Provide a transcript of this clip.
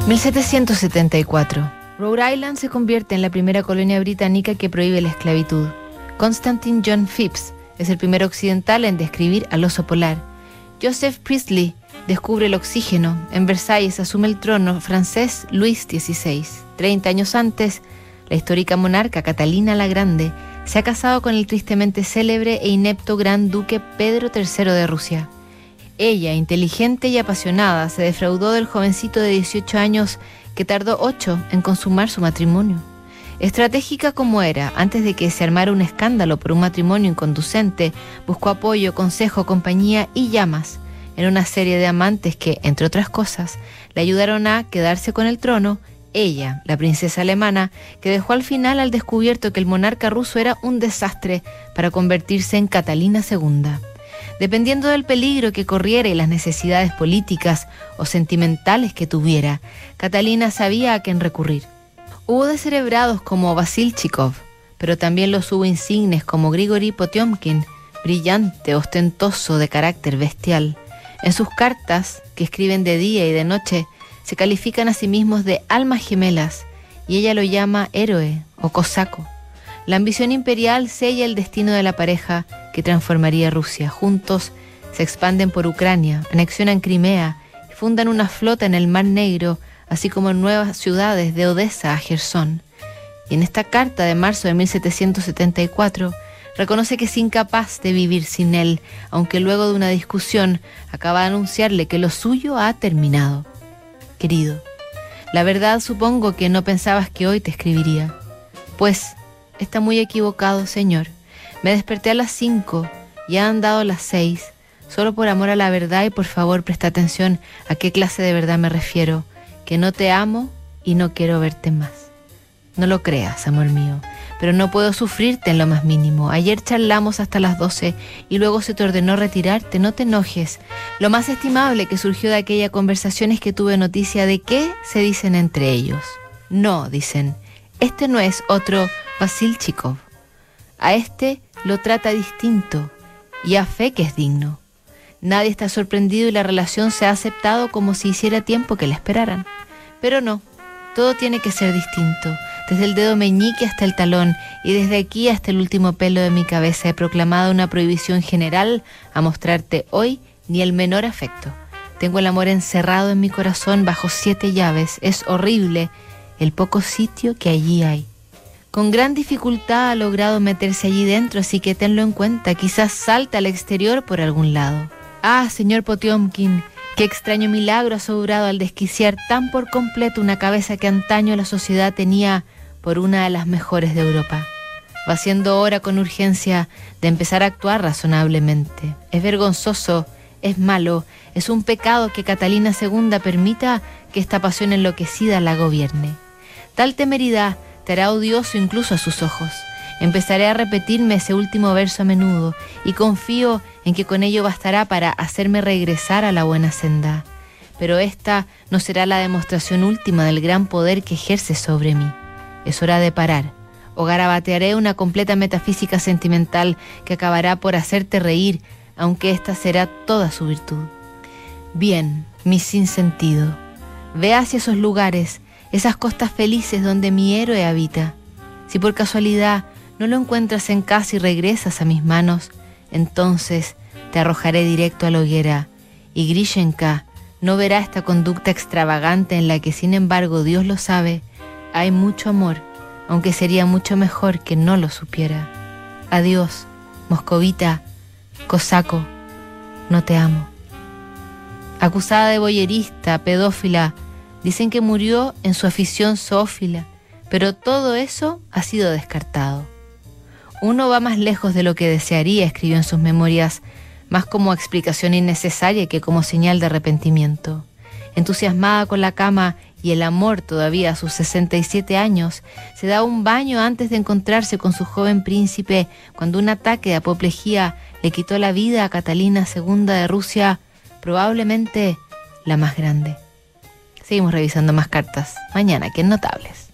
1774. Rhode Island se convierte en la primera colonia británica que prohíbe la esclavitud. Constantine John Phipps es el primer occidental en describir al oso polar. Joseph Priestley descubre el oxígeno. En Versalles asume el trono francés Luis XVI. 30 años antes, la histórica monarca Catalina la Grande se ha casado con el tristemente célebre e inepto gran duque Pedro III de Rusia. Ella, inteligente y apasionada, se defraudó del jovencito de 18 años que tardó 8 en consumar su matrimonio. Estratégica como era, antes de que se armara un escándalo por un matrimonio inconducente, buscó apoyo, consejo, compañía y llamas en una serie de amantes que, entre otras cosas, le ayudaron a quedarse con el trono. Ella, la princesa alemana, que dejó al final al descubierto que el monarca ruso era un desastre para convertirse en Catalina II. Dependiendo del peligro que corriera y las necesidades políticas o sentimentales que tuviera, Catalina sabía a quién recurrir. Hubo descerebrados como Vasilchikov, pero también los hubo insignes como Grigori Potiomkin, brillante, ostentoso, de carácter bestial. En sus cartas, que escriben de día y de noche, se califican a sí mismos de almas gemelas, y ella lo llama héroe o cosaco. La ambición imperial sella el destino de la pareja que transformaría Rusia. Juntos se expanden por Ucrania, anexionan Crimea y fundan una flota en el Mar Negro, así como en nuevas ciudades de Odessa a Jersón. Y en esta carta de marzo de 1774 reconoce que es incapaz de vivir sin él, aunque luego de una discusión acaba de anunciarle que lo suyo ha terminado. Querido, la verdad supongo que no pensabas que hoy te escribiría. Pues está muy equivocado, señor. Me desperté a las 5, ya han dado las 6. Solo por amor a la verdad y por favor presta atención a qué clase de verdad me refiero. Que no te amo y no quiero verte más. No lo creas, amor mío, pero no puedo sufrirte en lo más mínimo. Ayer charlamos hasta las 12 y luego se te ordenó retirarte. No te enojes. Lo más estimable que surgió de aquella conversación es que tuve noticia de qué se dicen entre ellos. No, dicen, este no es otro Vasilchikov. A este lo trata distinto y a fe que es digno. Nadie está sorprendido y la relación se ha aceptado como si hiciera tiempo que la esperaran. Pero no, todo tiene que ser distinto. Desde el dedo meñique hasta el talón y desde aquí hasta el último pelo de mi cabeza he proclamado una prohibición general a mostrarte hoy ni el menor afecto. Tengo el amor encerrado en mi corazón bajo 7 llaves. Es horrible el poco sitio que allí hay. Con gran dificultad ha logrado meterse allí dentro, así que tenlo en cuenta. Quizás salta al exterior por algún lado. Ah, señor Potiomkin, qué extraño milagro ha sobrado al desquiciar tan por completo una cabeza que antaño la sociedad tenía por una de las mejores de Europa. Va siendo hora con urgencia de empezar a actuar razonablemente. Es vergonzoso, es malo, es un pecado que Catalina II permita que esta pasión enloquecida la gobierne. Tal temeridad te hará odioso incluso a sus ojos. Empezaré a repetirme ese último verso a menudo y confío en que con ello bastará para hacerme regresar a la buena senda. Pero esta no será la demostración última del gran poder que ejerce sobre mí. Es hora de parar, o garabatearé una completa metafísica sentimental que acabará por hacerte reír, aunque esta será toda su virtud. Bien, mi sinsentido, ve hacia esos lugares, esas costas felices donde mi héroe habita. Si por casualidad no lo encuentras en casa y regresas a mis manos, entonces te arrojaré directo a la hoguera, y Grishenka no verá esta conducta extravagante en la que, sin embargo, Dios lo sabe, hay mucho amor, aunque sería mucho mejor que no lo supiera. Adiós, moscovita, cosaco, no te amo. Acusada de voyerista, pedófila, dicen que murió en su afición zoófila, pero todo eso ha sido descartado. Uno va más lejos de lo que desearía, escribió en sus memorias, más como explicación innecesaria que como señal de arrepentimiento. Entusiasmada con la cama y el amor todavía a sus 67 años, se da un baño antes de encontrarse con su joven príncipe cuando un ataque de apoplejía le quitó la vida a Catalina II de Rusia, probablemente la más grande. Seguimos revisando más cartas mañana aquí en Notables.